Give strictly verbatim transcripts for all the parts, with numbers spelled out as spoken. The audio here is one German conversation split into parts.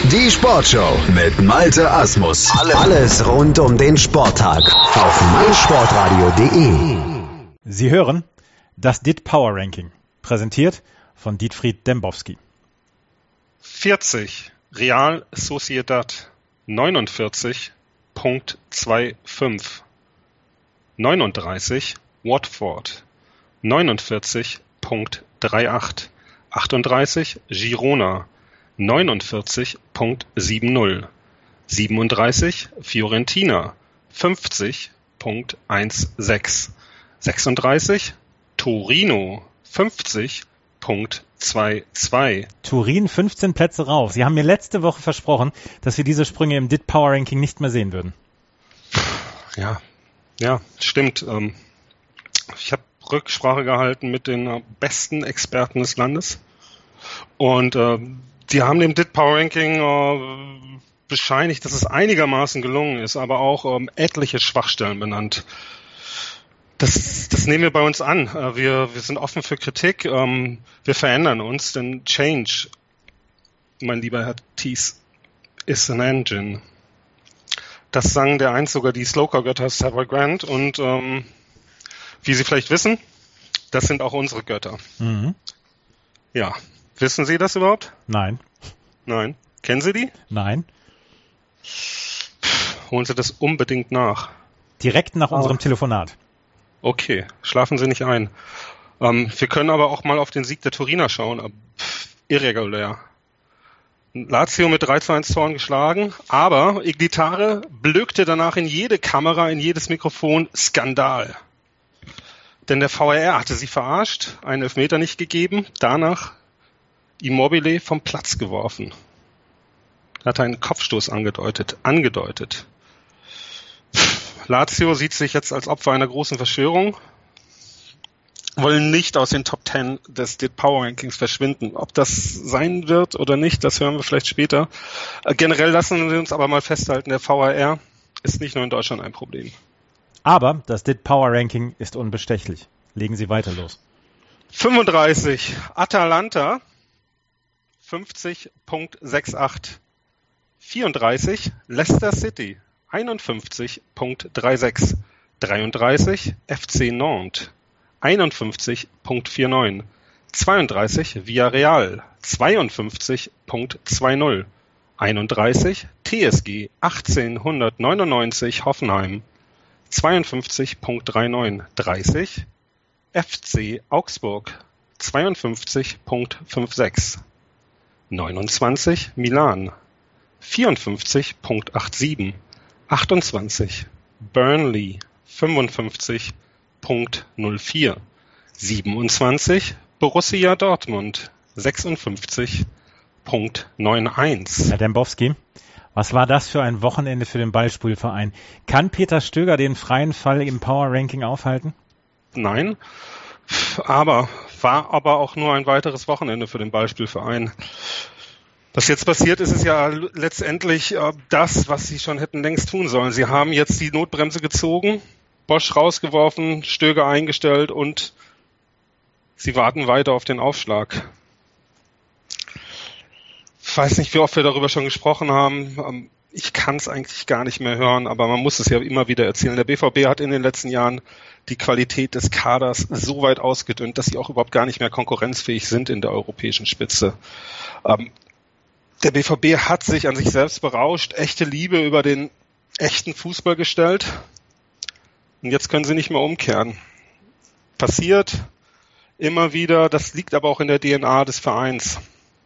Die Sportshow mit Malte Asmus. Alles rund um den Sporttag auf meinsportradio punkt de. Sie hören das D I T Power Ranking, präsentiert von Dietfried Dembowski. vierzig Real Sociedad neunundvierzig Komma fünfundzwanzig. neununddreißig Watford neunundvierzig Komma achtunddreißig. achtunddreißig Girona neunundvierzig Komma siebzig. siebenunddreißig Fiorentina fünfzig Komma sechzehn. sechsunddreißig Torino fünfzig Komma zweiundzwanzig. Turin fünfzehn Plätze rauf. Sie haben mir letzte Woche versprochen, dass wir diese Sprünge im D I T Power Ranking nicht mehr sehen würden. Ja, ja, stimmt. Ich habe Rücksprache gehalten mit den besten Experten des Landes und äh, die haben dem D I T Power Ranking äh, bescheinigt, dass es einigermaßen gelungen ist, aber auch ähm, etliche Schwachstellen benannt. Das, das nehmen wir bei uns an. Wir, wir sind offen für Kritik. Ähm, wir verändern uns, denn Change, mein lieber Herr Thies, is an engine. Das sang der einst sogar die Sloker-Götter Savoy Grant und ähm, wie Sie vielleicht wissen, das sind auch unsere Götter. Mhm. Ja. Wissen Sie das überhaupt? Nein. Nein. Kennen Sie die? Nein. Holen Sie das unbedingt nach. Direkt nach oh. unserem Telefonat. Okay, schlafen Sie nicht ein. Ähm, wir können aber auch mal auf den Sieg der Turiner schauen. Pff, irregulär. Lazio mit drei zu eins Toren geschlagen, aber Iglitare blökte danach in jede Kamera, in jedes Mikrofon. Skandal. Denn der V A R hatte sie verarscht, einen Elfmeter nicht gegeben, danach Immobile vom Platz geworfen. Er hatte einen Kopfstoß angedeutet. angedeutet. Lazio sieht sich jetzt als Opfer einer großen Verschwörung, wollen nicht aus den Top Ten des D I T Power Rankings verschwinden. Ob das sein wird oder nicht, das hören wir vielleicht später. Äh, generell lassen wir uns aber mal festhalten, der V A R ist nicht nur in Deutschland ein Problem. Aber das D I T Power Ranking ist unbestechlich. Legen Sie weiter los. fünfunddreißig Atalanta fünfzig Komma achtundachtzig. vierunddreißig Leicester City einundfünfzig Komma sechsunddreißig. dreiunddreißig F C Nantes einundfünfzig Komma neunundvierzig. zweiunddreißig Villarreal zweiundfünfzig Komma zwanzig. einunddreißig T S G achtzehnhundertneunundneunzig Hoffenheim zweiundfünfzig Komma neununddreißig. dreißig F C Augsburg zweiundfünfzig Komma sechsundfünfzig. neunundzwanzig Milan vierundfünfzig Komma siebenundachtzig. achtundzwanzig Burnley fünfundfünfzig Komma null vier. siebenundzwanzig Borussia Dortmund sechsundfünfzig Komma einundneunzig. Herr Dembowski, was war das für ein Wochenende für den Ballspielverein? Kann Peter Stöger den freien Fall im Power Ranking aufhalten? Nein, aber war aber auch nur ein weiteres Wochenende für den Ballspielverein. Was jetzt passiert ist, ist ja letztendlich äh, das, was sie schon hätten längst tun sollen. Sie haben jetzt die Notbremse gezogen, Bosch rausgeworfen, Stöger eingestellt und sie warten weiter auf den Aufschlag. Ich weiß nicht, wie oft wir darüber schon gesprochen haben. Ähm, ich kann es eigentlich gar nicht mehr hören, aber man muss es ja immer wieder erzählen. Der B V B hat in den letzten Jahren die Qualität des Kaders so weit ausgedünnt, dass sie auch überhaupt gar nicht mehr konkurrenzfähig sind in der europäischen Spitze. Ähm, Der B V B hat sich an sich selbst berauscht, echte Liebe über den echten Fußball gestellt und jetzt können sie nicht mehr umkehren. Passiert immer wieder, das liegt aber auch in der D N A des Vereins.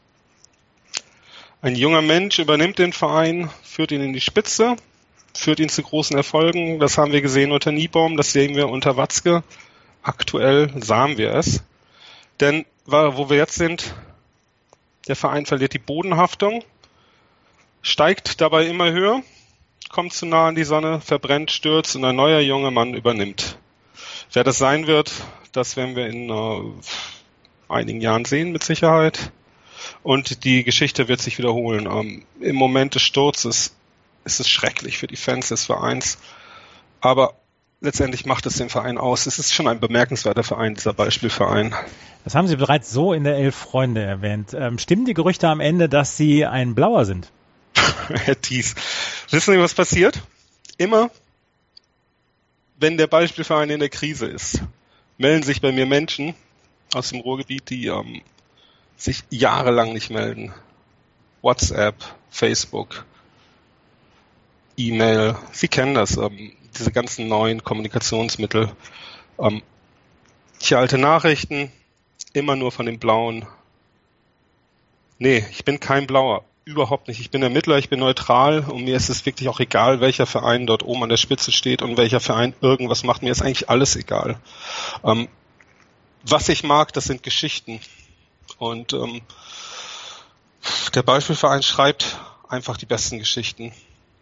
Ein junger Mensch übernimmt den Verein, führt ihn in die Spitze, führt ihn zu großen Erfolgen. Das haben wir gesehen unter Niebaum, das sehen wir unter Watzke. Aktuell sahen wir es. Denn wo wir jetzt sind, der Verein verliert die Bodenhaftung, steigt dabei immer höher, kommt zu nah an die Sonne, verbrennt, stürzt und ein neuer junger Mann übernimmt. Wer das sein wird, das werden wir in äh, einigen Jahren sehen mit Sicherheit. Und die Geschichte wird sich wiederholen. Ähm, im Moment des Sturzes ist es schrecklich für die Fans des Vereins. Aber letztendlich macht es den Verein aus. Es ist schon ein bemerkenswerter Verein, dieser Beispielverein. Das haben Sie bereits so in der Elf Freunde erwähnt. Ähm, stimmen die Gerüchte am Ende, dass Sie ein Blauer sind? Herr Thies, wissen Sie, was passiert? Immer, wenn der Ballspielverein in der Krise ist, melden sich bei mir Menschen aus dem Ruhrgebiet, die ähm, sich jahrelang nicht melden. WhatsApp, Facebook, E-Mail, Sie kennen das, ähm, diese ganzen neuen Kommunikationsmittel. Ähm, ich alte Nachrichten, immer nur von den Blauen. Nee, ich bin kein Blauer. Überhaupt nicht. Ich bin Ermittler, ich bin neutral und mir ist es wirklich auch egal, welcher Verein dort oben an der Spitze steht und welcher Verein irgendwas macht. Mir ist eigentlich alles egal. Ähm, was ich mag, das sind Geschichten. Und ähm, der Ballspielverein schreibt einfach die besten Geschichten.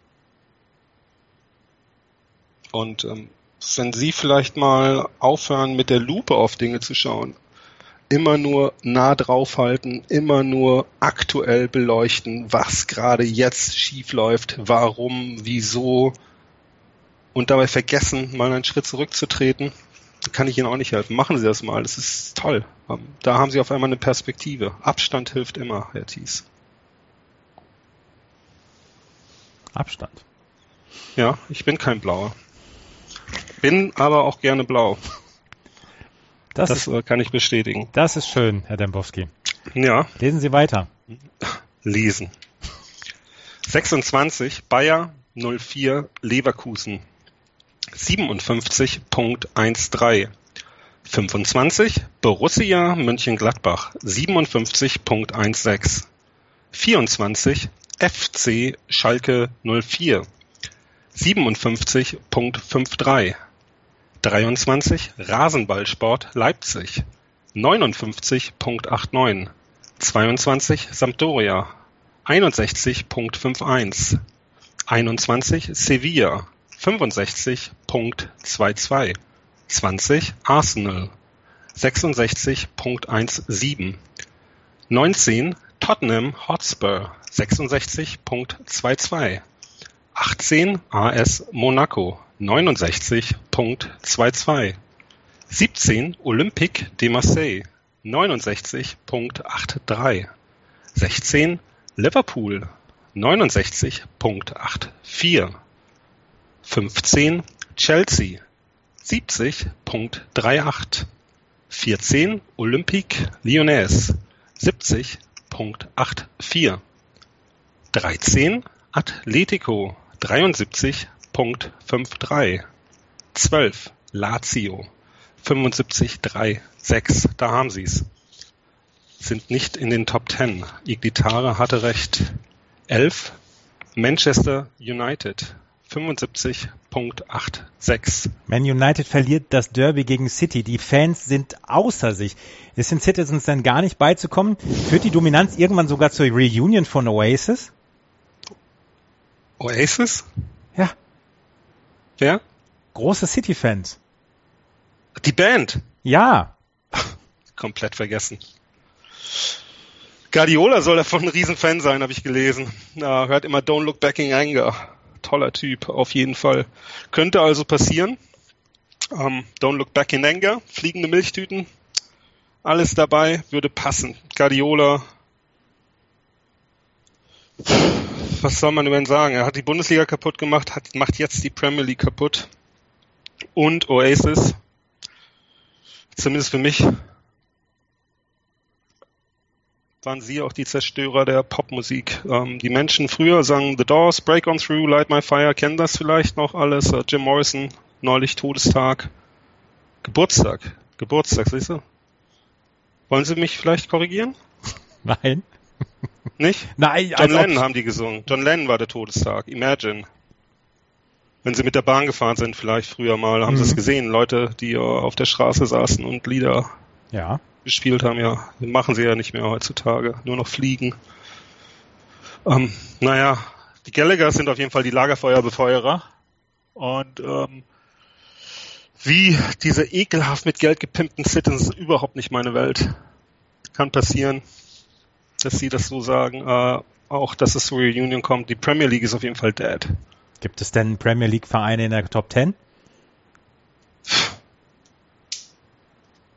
Und ähm, wenn Sie vielleicht mal aufhören, mit der Lupe auf Dinge zu schauen, immer nur nah draufhalten, immer nur aktuell beleuchten, was gerade jetzt schief läuft, warum, wieso und dabei vergessen, mal einen Schritt zurückzutreten, kann ich Ihnen auch nicht helfen. Machen Sie das mal, das ist toll. Da haben Sie auf einmal eine Perspektive. Abstand hilft immer, Herr Thies. Abstand? Ja, ich bin kein Blauer. Bin aber auch gerne blau. Das, das ist, kann ich bestätigen. Das ist schön, Herr Dembowski. Ja. Lesen Sie weiter. Lesen. sechsundzwanzig, Bayer null vier, Leverkusen. siebenundfünfzig Komma dreizehn. fünfundzwanzig, Borussia Mönchengladbach. siebenundfünfzig Komma sechzehn. vierundzwanzig, F C Schalke null vier. siebenundfünfzig Komma dreiundfünfzig. dreiundzwanzig, Rasenballsport Leipzig, neunundfünfzig Komma neunundachtzig. zweiundzwanzig, Sampdoria, einundsechzig Komma einundfünfzig. einundzwanzig, Sevilla, fünfundsechzig Komma zweiundzwanzig. zwanzig, Arsenal, sechsundsechzig Komma siebzehn. neunzehn, Tottenham Hotspur, sechsundsechzig Komma zweiundzwanzig. achtzehn, A S Monaco, neunundsechzig Komma zweiundzwanzig. siebzehn, Olympique de Marseille, neunundsechzig Komma dreiundachtzig. sechzehn, Liverpool, neunundsechzig Komma vierundachtzig. fünfzehn, Chelsea, siebzig Komma achtunddreißig. vierzehn, Olympique Lyonnais, siebzig Komma vierundachtzig. dreizehn, Atletico, dreiundsiebzig Komma dreiundfünfzig. zwölf, Lazio, fünfundsiebzig Komma sechsunddreißig. Da haben Sie es. Sind nicht in den Top zehn. Iglitare hatte recht. elf, Manchester United, fünfundsiebzig Komma sechsundachtzig. Man United verliert das Derby gegen City. Die Fans sind außer sich. Ist den Citizens denn gar nicht beizukommen? Führt die Dominanz irgendwann sogar zur Reunion von Oasis? Oasis? Ja. Wer? Große City-Fans. Die Band? Ja. Komplett vergessen. Guardiola soll davon ein Riesenfan sein, habe ich gelesen. Ja, hört immer Don't Look Back in Anger. Toller Typ, auf jeden Fall. Könnte also passieren. Um, Don't Look Back in Anger, fliegende Milchtüten, alles dabei, würde passen. Guardiola, was soll man über ihn sagen? Er hat die Bundesliga kaputt gemacht, hat, macht jetzt die Premier League kaputt. Und Oasis, zumindest für mich, waren sie auch die Zerstörer der Popmusik. Ähm, die Menschen früher sangen The Doors, Break On Through, Light My Fire, kennen das vielleicht noch alles. Äh, Jim Morrison, neulich Todestag. Geburtstag, Geburtstag, siehst du? Wollen Sie mich vielleicht korrigieren? Nein. Nicht? Nein. John Lennon haben die gesungen. John Lennon war der Todestag. Imagine. Wenn Sie mit der Bahn gefahren sind, vielleicht früher mal, haben mhm. Sie es gesehen. Leute, die uh, auf der Straße saßen und Lieder ja. gespielt haben. Ja, machen sie ja nicht mehr heutzutage. Nur noch fliegen. Ähm, naja, die Gallaghers sind auf jeden Fall die Lagerfeuerbefeuerer. Und ähm, wie diese ekelhaft mit Geld gepimpten Citizens, überhaupt nicht meine Welt. Kann passieren, dass sie das so sagen. Äh, auch, dass es zur Reunion kommt. Die Premier League ist auf jeden Fall dead. Gibt es denn Premier League Vereine in der Top zehn?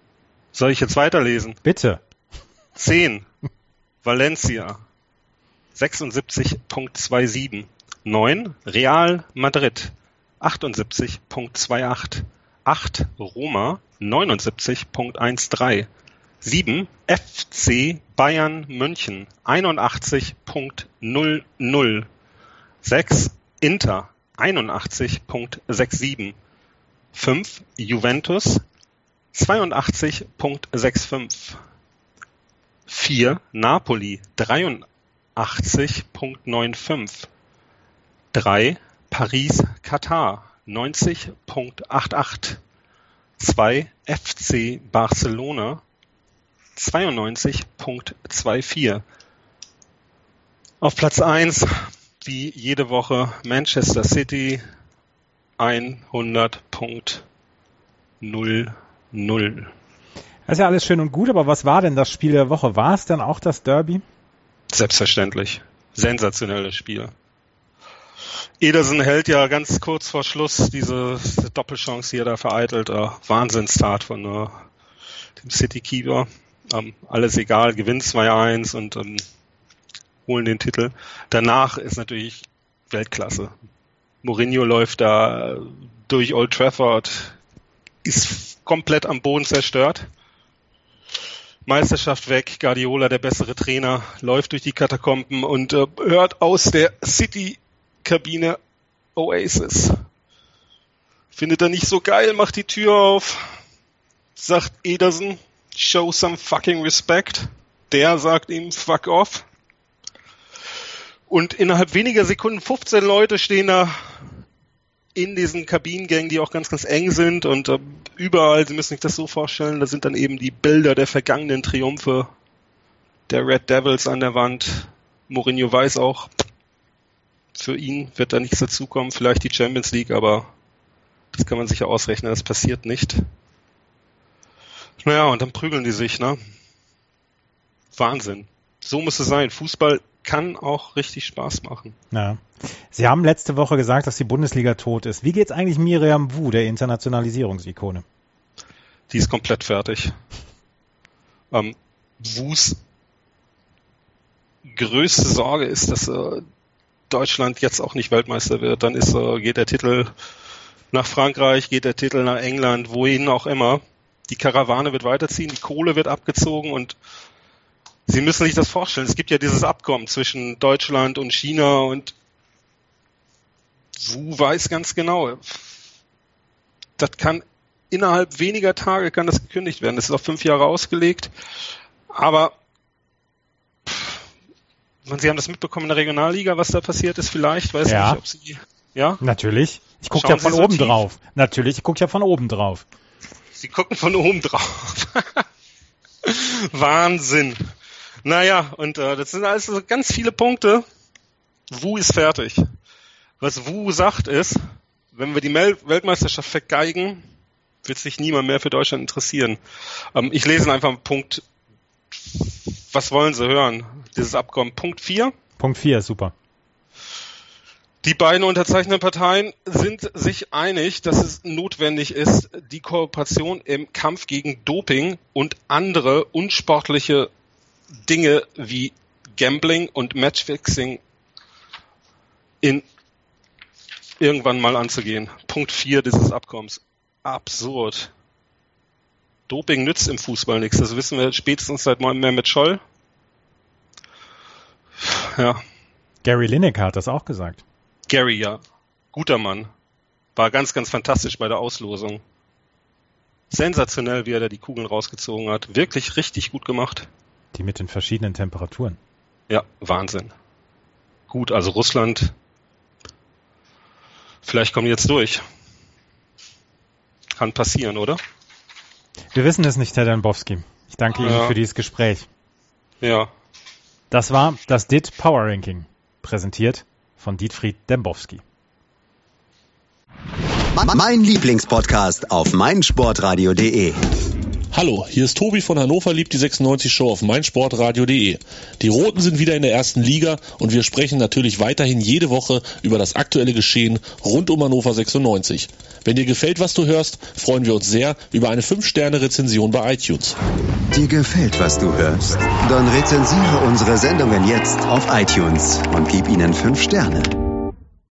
Soll ich jetzt weiterlesen? Bitte. zehn. Valencia. sechsundsiebzig Komma siebenundzwanzig. neun Real Madrid achtundsiebzig Komma achtundzwanzig. acht Roma neunundsiebzig Komma dreizehn. sieben F C Bayern München einundachtzig Komma null null. sechs Inter einundachtzig Komma siebenundsechzig. fünf Juventus zweiundachtzig Komma fünfundsechzig. vier Napoli dreiundachtzig Komma fünfundneunzig. drei Paris Katar neunzig Komma achundachtzig. zwei F C Barcelona zweiundneunzig Komma vierundzwanzig. Auf Platz eins, wie jede Woche, Manchester City hundert Komma null null. Das ist ja alles schön und gut, aber was war denn das Spiel der Woche? War es denn auch das Derby? Selbstverständlich. Sensationelles Spiel. Ederson hält ja ganz kurz vor Schluss diese Doppelchance, die er da vereitelt. Uh, Wahnsinnstat von uh, dem City-Keeper. Um, alles egal, gewinnt zwei eins und um, holen den Titel. Danach ist natürlich Weltklasse. Mourinho läuft da durch Old Trafford, ist komplett am Boden zerstört. Meisterschaft weg, Guardiola, der bessere Trainer, läuft durch die Katakomben und uh, hört aus der City-Kabine Oasis. Findet er nicht so geil, macht die Tür auf, sagt Ederson, show some fucking respect. Der sagt ihm, fuck off. Und innerhalb weniger Sekunden fünfzehn Leute stehen da in diesen Kabinengängen, die auch ganz, ganz eng sind und äh, überall, Sie müssen sich das so vorstellen, da sind dann eben die Bilder der vergangenen Triumphe der Red Devils an der Wand. Mourinho weiß auch, für ihn wird da nichts dazukommen, vielleicht die Champions League, aber das kann man sich ja ausrechnen, das passiert nicht. Naja, und dann prügeln die sich, ne? Wahnsinn. So muss es sein. Fußball kann auch richtig Spaß machen. Ja. Sie haben letzte Woche gesagt, dass die Bundesliga tot ist. Wie geht's eigentlich Miriam Wu, der Internationalisierungsikone? Die ist komplett fertig. Ähm, Wus größte Sorge ist, dass äh, Deutschland jetzt auch nicht Weltmeister wird. Dann ist, äh, geht der Titel nach Frankreich, geht der Titel nach England, wohin auch immer. Die Karawane wird weiterziehen, die Kohle wird abgezogen und Sie müssen sich das vorstellen. Es gibt ja dieses Abkommen zwischen Deutschland und China und Wu weiß ganz genau, das kann innerhalb weniger Tage kann das gekündigt werden. Das ist auf fünf Jahre ausgelegt. Aber pff, Sie haben das mitbekommen in der Regionalliga, was da passiert ist vielleicht? Weiß ja. nicht, ob Sie... Ja? Natürlich. Ich gucke ja von oben drauf. Natürlich, ich gucke ja von oben drauf. Sie gucken von oben drauf. Wahnsinn. Naja, und äh, das sind also ganz viele Punkte. Wu ist fertig. Was Wu sagt ist, wenn wir die Mel- Weltmeisterschaft vergeigen, wird sich niemand mehr für Deutschland interessieren. Ähm, ich lese einfach Punkt, was wollen Sie hören? Dieses Abkommen. Punkt vier. Punkt vier, super. Die beiden unterzeichnenden Parteien sind sich einig, dass es notwendig ist, die Kooperation im Kampf gegen Doping und andere unsportliche Dinge wie Gambling und Matchfixing in irgendwann mal anzugehen. Punkt vier dieses Abkommens. Absurd. Doping nützt im Fußball nichts. Das wissen wir spätestens seit Mehmet Scholl. Ja. Gary Lineker hat das auch gesagt. Gary, ja. Guter Mann. War ganz, ganz fantastisch bei der Auslosung. Sensationell, wie er da die Kugeln rausgezogen hat. Wirklich richtig gut gemacht. Die mit den verschiedenen Temperaturen. Ja, Wahnsinn. Gut, also Russland, vielleicht kommen die jetzt durch. Kann passieren, oder? Wir wissen es nicht, Herr Dembowski. Ich danke ja. Ihnen für dieses Gespräch. Ja. Das war das D I T Power Ranking, präsentiert von Dietfried Dembowski. Mein Lieblingspodcast auf meinsportradio punkt de. Hallo, hier ist Tobi von Hannover liebt die sechsundneunzig Show auf meinsportradio punkt de. Die Roten sind wieder in der ersten Liga und wir sprechen natürlich weiterhin jede Woche über das aktuelle Geschehen rund um Hannover sechsundneunzig. Wenn dir gefällt, was du hörst, freuen wir uns sehr über eine fünf Sterne Rezension bei iTunes. Dir gefällt, was du hörst? Dann rezensiere unsere Sendungen jetzt auf iTunes und gib ihnen fünf Sterne.